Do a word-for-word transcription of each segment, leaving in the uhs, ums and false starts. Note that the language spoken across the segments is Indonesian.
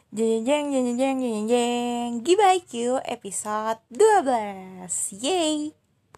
Jeng jeng jeng jeng jeng jeng Gibah I Q episode dua belas. Yeay.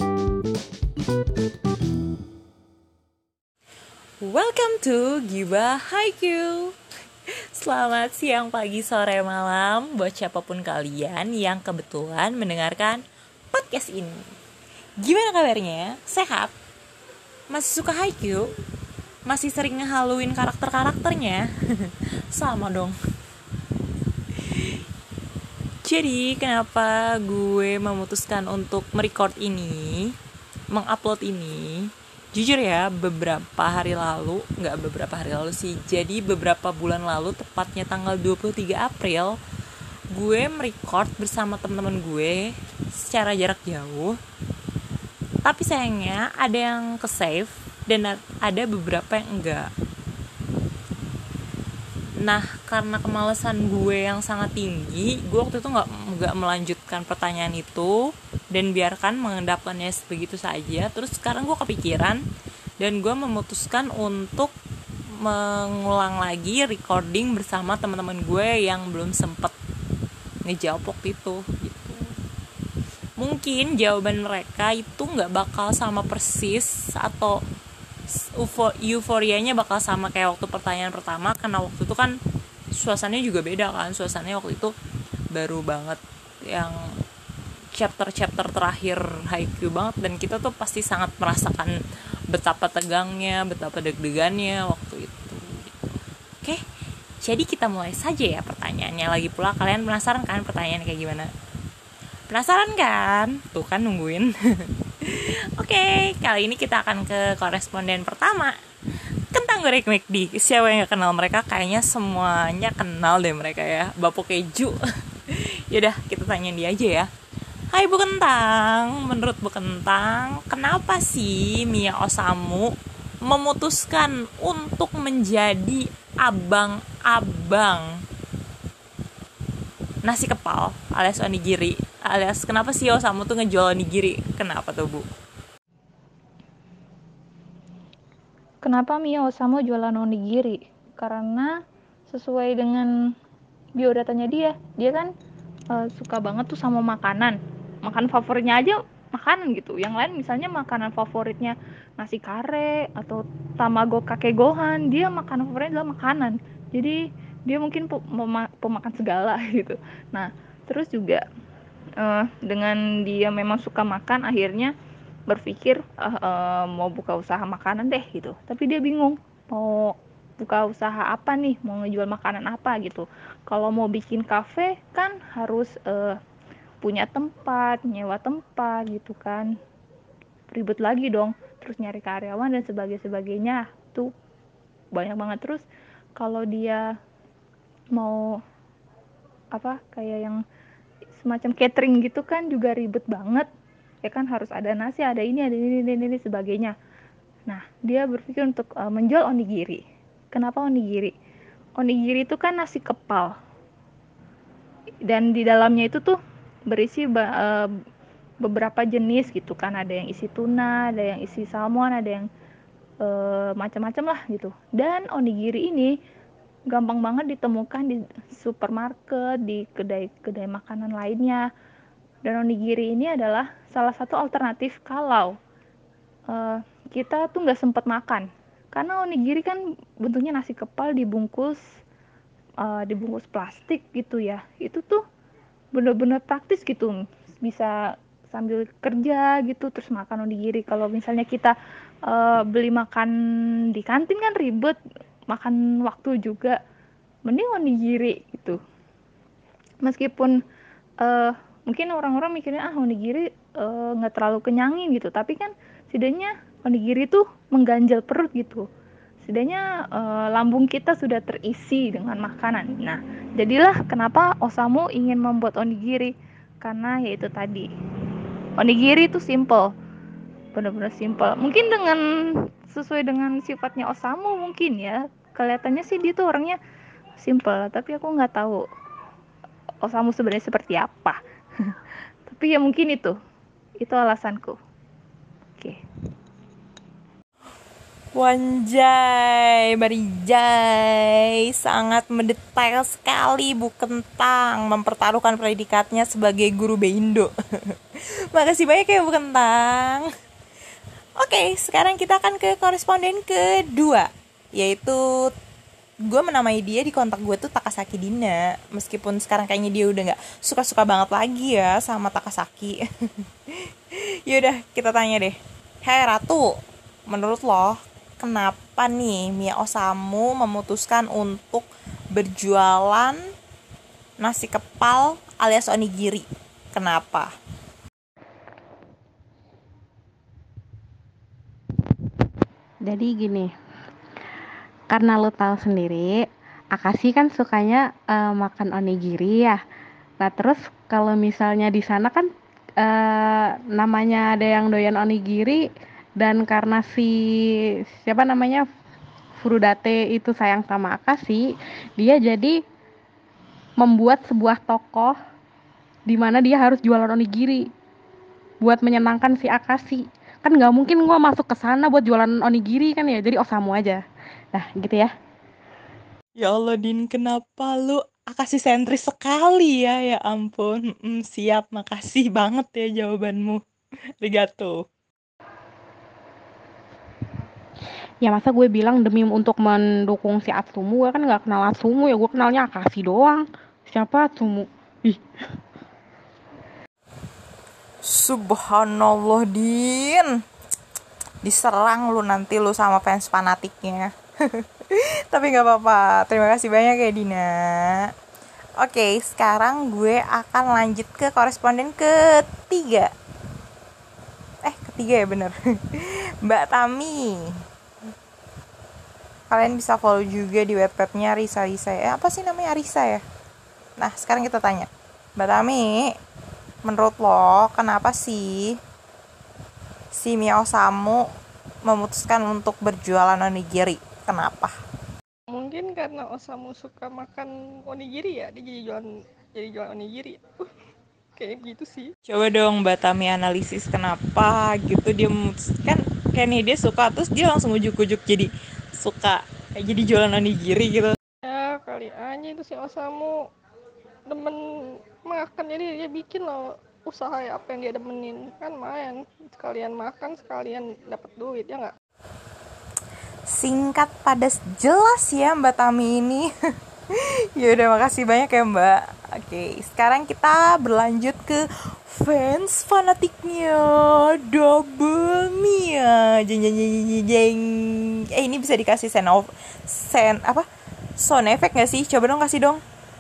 Welcome to Gibah I Q. Selamat siang, pagi, sore, malam buat siapapun kalian yang kebetulan mendengarkan podcast ini. Gimana kabarnya? Sehat? Masih suka I Q? Masih sering ngehaluin karakter-karakternya? Sama dong. Jadi kenapa gue memutuskan untuk merecord ini, mengupload ini? Jujur ya, beberapa hari lalu, nggak beberapa hari lalu sih, jadi beberapa bulan lalu, tepatnya tanggal dua puluh tiga April, gue merecord bersama teman-teman gue secara jarak jauh. Tapi sayangnya ada yang ke-save dan ada beberapa yang enggak. Nah, karena kemalasan gue yang sangat tinggi, gue waktu itu nggak nggak melanjutkan pertanyaan itu dan biarkan mengendapkannya begitu saja. Terus sekarang gue kepikiran dan gue memutuskan untuk mengulang lagi recording bersama teman-teman gue yang belum sempet ngejawab waktu itu. Gitu. Mungkin jawaban mereka itu nggak bakal sama persis atau euforianya bakal sama kayak waktu pertanyaan pertama, karena waktu itu kan suasananya juga beda kan. Suasananya waktu itu baru banget, yang chapter-chapter terakhir Haikyuu banget, dan kita tuh pasti sangat merasakan betapa tegangnya, betapa deg-degannya waktu itu gitu. Oke, jadi kita mulai saja ya pertanyaannya. Lagi pula kalian penasaran kan pertanyaannya kayak gimana? Penasaran kan? Tuh kan nungguin. Oke, okay, kali ini kita akan ke koresponden pertama, Kentang Goreng McD. Siapa yang gak kenal mereka? Kayaknya semuanya kenal deh mereka ya, Bapo Keju. Yaudah, kita tanyain dia aja ya. Hai Bu Kentang, menurut Bu Kentang, kenapa sih Mia Osamu memutuskan untuk menjadi abang-abang nasi kepal alias onigiri? Alias kenapa sih Osamu tuh ngejual onigiri? Kenapa tuh Bu? Kenapa Mia Osamu jualan onigiri? Karena sesuai dengan biodatanya dia, dia kan uh, suka banget tuh sama makanan. Makan favoritnya aja makanan gitu. Yang lain misalnya makanan favoritnya nasi kare atau tamago kake gohan, dia makanan favoritnya adalah makanan. Jadi dia mungkin pemakan segala gitu. Nah, terus juga uh, dengan dia memang suka makan, akhirnya berpikir uh, uh, mau buka usaha makanan deh gitu. Tapi dia bingung mau buka usaha apa nih, mau ngejual makanan apa gitu. Kalau mau bikin kafe kan harus uh, punya tempat, nyewa tempat gitu kan, ribet lagi dong, terus nyari karyawan dan sebagainya tuh banyak banget. Terus kalau dia mau apa kayak yang semacam catering gitu kan juga ribet banget ya kan, harus ada nasi, ada ini, ada ini, ini, ini sebagainya. Nah, dia berpikir untuk uh, menjual onigiri. Kenapa onigiri? Onigiri itu kan nasi kepal, dan di dalamnya itu tuh berisi uh, beberapa jenis gitu kan, ada yang isi tuna, ada yang isi salmon, ada yang uh, macam-macam lah gitu. Dan onigiri ini gampang banget ditemukan di supermarket, di kedai-kedai makanan lainnya. Dan onigiri ini adalah salah satu alternatif kalau uh, kita tuh nggak sempat makan. Karena onigiri kan bentuknya nasi kepal dibungkus uh, dibungkus plastik gitu ya. Itu tuh bener-bener praktis gitu. Bisa sambil kerja gitu terus makan onigiri. Kalau misalnya kita uh, beli makan di kantin kan ribet, makan waktu juga. Mending onigiri gitu. Meskipun uh, mungkin orang-orang mikirnya ah onigiri nggak uh, terlalu kenyangin gitu, tapi kan setidaknya onigiri tuh mengganjal perut gitu. Setidaknya uh, lambung kita sudah terisi dengan makanan. Nah, jadilah kenapa Osamu ingin membuat onigiri, karena yaitu tadi, onigiri itu simple, benar-benar simple. Mungkin dengan sesuai dengan sifatnya Osamu mungkin ya, kelihatannya sih dia tuh orangnya simple, tapi aku nggak tahu Osamu sebenarnya seperti apa. Tapi ya mungkin itu itu alasanku. Oke. Wanjay, Barijay sangat mendetail sekali Bu Kentang mempertaruhkan predikatnya sebagai guru Beindo. Makasih banyak ya Bu Kentang. Oke, sekarang kita akan ke koresponden kedua, yaitu gue menamai dia di kontak gue tuh Takasaki Dina. Meskipun sekarang kayaknya dia udah gak suka-suka banget lagi ya sama Takasaki. Yaudah, kita tanya deh. Hai Ratu, menurut lo kenapa nih Mia Osamu memutuskan untuk berjualan nasi kepal alias onigiri? Kenapa? Jadi gini, karena lo tahu sendiri, Akashi kan sukanya uh, makan onigiri ya. Nah terus kalau misalnya di sana kan uh, namanya ada yang doyan onigiri, dan karena si siapa namanya Furudate itu sayang sama Akashi, dia jadi membuat sebuah toko di mana dia harus jualan onigiri buat menyenangkan si Akashi. Kan nggak mungkin gue masuk ke sana buat jualan onigiri kan ya, jadi Osamu aja. Nah gitu ya. Ya Allah Din, kenapa lu Akashi sentris sekali ya, ya ampun. Mm, siap, makasih banget ya jawabanmu. Arigato. Ya masa gue bilang demi untuk mendukung si Atsumu, gue kan nggak kenal Atsumu ya, gue kenalnya Akashi doang. Siapa Atsumu? Ih. Subhanallah Din, diserang lu nanti lu sama fans fanatiknya. Tapi gak apa-apa, terima kasih banyak ya Dina. Oke, sekarang gue akan lanjut ke koresponden ketiga. Eh, ketiga ya bener. Mbak Tami. Kalian bisa follow juga di webpage-nya Risa Risa. Eh, apa sih namanya, Arisa ya? Nah, sekarang kita tanya. Mbak Tami, menurut lo kenapa sih si Mia Osamu memutuskan untuk berjualan onigiri? Kenapa? Mungkin karena Osamu suka makan onigiri ya, dia jadi jualan jadi jualan onigiri. Uh, kayak gitu sih. Coba dong Mbak Tami analisis kenapa gitu dia memutuskan, kayak nih dia suka terus dia langsung ujuk-ujuk jadi suka kayak jadi jualan onigiri gitu. Ya kali aja itu si Osamu demen makan, jadi dia bikin loh usaha apa yang dia demenin, kan main sekalian makan sekalian dapat duit ya nggak? Singkat padat jelas ya Mbak Tami ini. Ya udah, makasih banyak ya Mbak. Oke, sekarang kita berlanjut ke fans fanatiknya Double Mia. Jeng jeng jeng jeng jeng. Eh ini bisa dikasih sen of sen apa? Sound effect nggak sih? Coba dong kasih dong.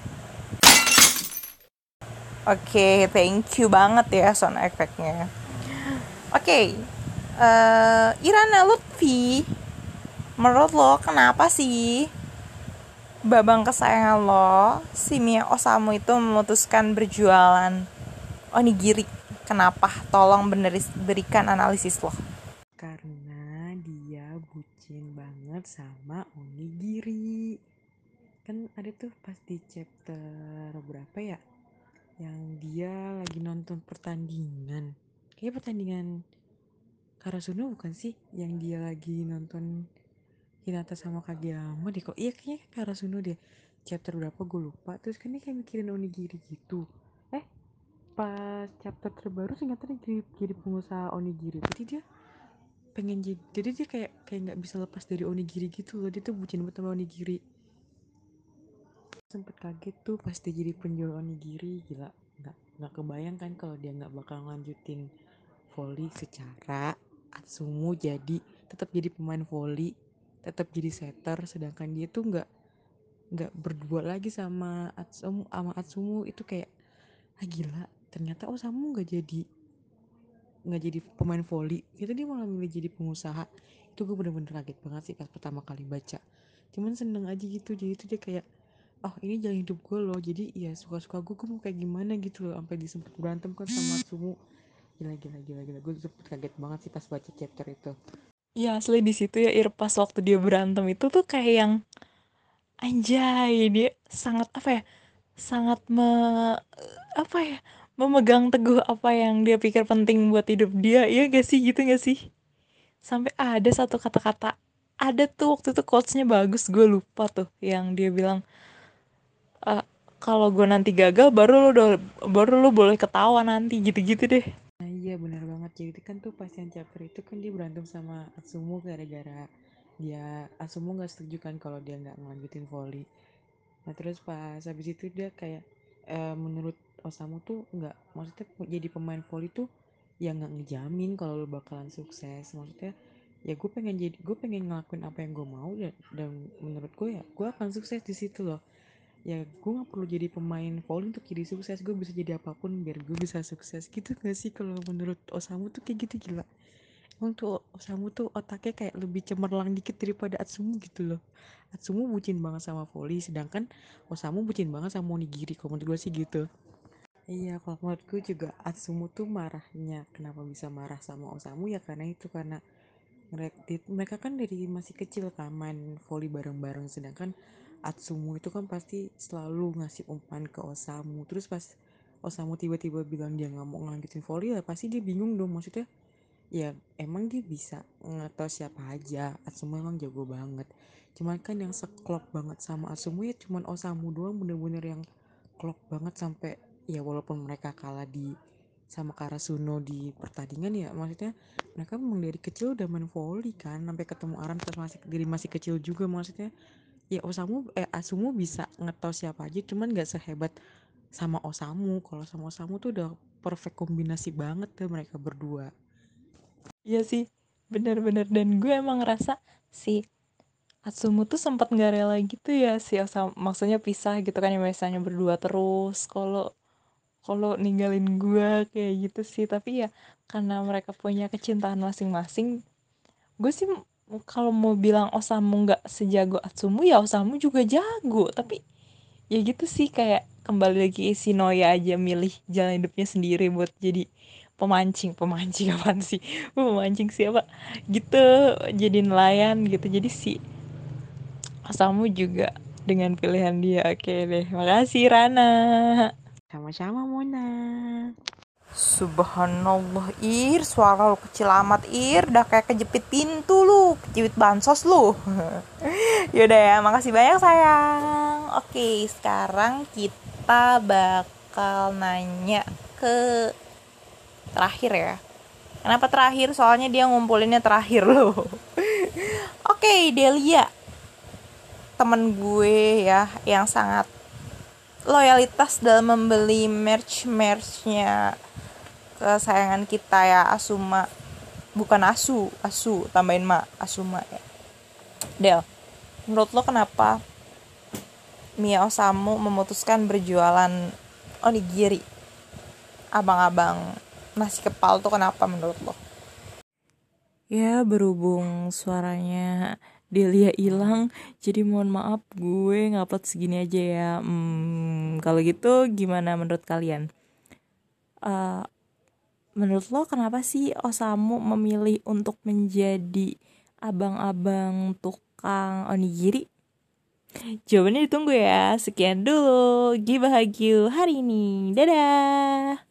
Oke, thank you banget ya sound effect-nya. Oke, uh, Irana Lutfi, menurut lo kenapa sih babang kesayangan lo, si Mia Osamu itu memutuskan berjualan onigiri? Kenapa? Tolong beneris, berikan analisis lo. Karena dia bucin banget sama onigiri. Kan ada tuh pas di chapter berapa ya, yang dia lagi nonton pertandingan, kayak pertandingan Karasuno bukan sih, yang dia lagi nonton Hinata sama Kageyama deh, kok iya kayaknya Karasuno deh, chapter berapa gue lupa. Terus kan dia kayak mikirin onigiri gitu. Eh pas chapter terbaru ternyata dia jadi, jadi pengusaha onigiri. Jadi dia pengen jadi, jadi dia kayak kayak nggak bisa lepas dari onigiri gitu loh. Dia tuh bucin banget sama onigiri. Sempet kaget tuh pas dia jadi penjual onigiri, gila. Nggak nggak kebayang kan kalau dia nggak bakal lanjutin volley secara Atsumu jadi tetap jadi pemain volley, tetap jadi setter, sedangkan dia tuh nggak nggak berdua lagi sama Atsumu sama Atsumu itu kayak ah gila, ternyata Osamu nggak jadi nggak jadi pemain volley gitu, dia malah milih jadi pengusaha. Itu gue bener-bener kaget banget sih pas pertama kali baca, cuman seneng aja gitu. Jadi itu dia kayak oh ini jalan hidup gue loh, jadi ya suka-suka gue gue mau kayak gimana gitu loh, sampai disempet berantem kan sama Atsumu. Gila gila gila gila, gue sempet kaget banget sih pas baca chapter itu. Iya asli di situ ya Ir, pas waktu dia berantem itu tuh kayak yang anjay, dia sangat apa ya, sangat me apa ya memegang teguh apa yang dia pikir penting buat hidup dia. Iya gak sih, gitu gak sih? Sampai ada satu kata-kata ada tuh waktu itu quotes-nya bagus, gue lupa tuh, yang dia bilang, "Eh, kalau gue nanti gagal baru lu do- baru lu boleh ketawa nanti," gitu-gitu deh. Nah iya benar banget, jadi kan tuh pas yang chapter itu kan dia berantem sama Atsumu gara-gara dia Atsumu nggak setuju kan kalau dia nggak ngelanjutin volley. Nah terus pas habis itu dia kayak eh, menurut Osamu tuh nggak, maksudnya jadi pemain volley tuh ya nggak ngejamin kalau lo bakalan sukses. Maksudnya ya gue pengen jadi gue pengen ngelakuin apa yang gue mau, dan, dan menurut gue ya gue akan sukses di situ loh. Ya gue nggak perlu jadi pemain volley untuk jadi sukses, gue bisa jadi apapun biar gue bisa sukses gitu gak sih kalau menurut Osamu tuh kayak gitu. Gila, emang tuh Osamu tuh otaknya kayak lebih cemerlang dikit daripada Atsumu gitu loh. Atsumu bucin banget sama volley, sedangkan Osamu bucin banget sama onigiri. Kalau menurut gue sih gitu. Iya, kalau menurut gue juga Atsumu tuh marahnya, kenapa bisa marah sama Osamu ya karena itu, karena mereka kan dari masih kecil kan main volley bareng-bareng, sedangkan Atsumu itu kan pasti selalu ngasih umpan ke Osamu. Terus pas Osamu tiba-tiba bilang dia nggak mau ngelanjutin volley, ya pasti dia bingung dong. Maksudnya ya emang dia bisa ngetau siapa aja, Atsumu emang jago banget, cuman kan yang seklop banget sama Atsumu ya cuman Osamu doang, bener-bener yang klop banget sampai ya walaupun mereka kalah di sama Karasuno di pertandingan, ya maksudnya mereka memang dari kecil udah main volley kan, sampai ketemu Aran pas masih dari masih kecil juga. Maksudnya ya Osamu eh Atsumu bisa ngetau siapa aja, cuman nggak sehebat sama Osamu. Kalau sama Osamu tuh udah perfect kombinasi banget tuh mereka berdua. Iya sih, bener-bener. Dan gue emang ngerasa si Atsumu tuh sempat nggak rela gitu ya si Osamu, maksudnya pisah gitu kan, yang biasanya berdua terus, kalau kalau ninggalin gue kayak gitu sih. Tapi ya karena mereka punya kecintaan masing-masing, gue sih m- kalau mau bilang Osamu nggak sejago Atsumu, ya Osamu juga jago, tapi ya gitu sih, kayak kembali lagi si Noya aja milih jalan hidupnya sendiri buat jadi pemancing pemancing apaan sih, pemancing siapa gitu, jadi nelayan gitu. Jadi si Osamu juga dengan pilihan dia. Oke deh, makasih Rana. Sama-sama Mona. Subhanallah, Ir, suara lu kecil amat, Ir. Udah kayak kejepit pintu lu, kejepit bansos lu. Yaudah ya, makasih banyak sayang. Oke, sekarang kita bakal nanya ke terakhir ya. Kenapa terakhir? Soalnya dia ngumpulinnya terakhir loh. Oke, Delia, temen gue ya, yang sangat loyalitas dalam membeli merch-merchnya kesayangan kita ya, Asuma. Bukan Asu, Asu, tambahin ma, Asuma ya. Del, menurut lo kenapa Mia Osamu memutuskan berjualan onigiri? Abang-abang nasi kepal tuh kenapa menurut lo? Ya, berhubung suaranya Delia hilang, jadi mohon maaf gue ngupload segini aja ya. Hmm, kalau gitu gimana menurut kalian? Uh, menurut lo kenapa sih Osamu memilih untuk menjadi abang-abang tukang onigiri? Jawabannya ditunggu ya. Sekian dulu Gibahagyu hari ini. Dadah.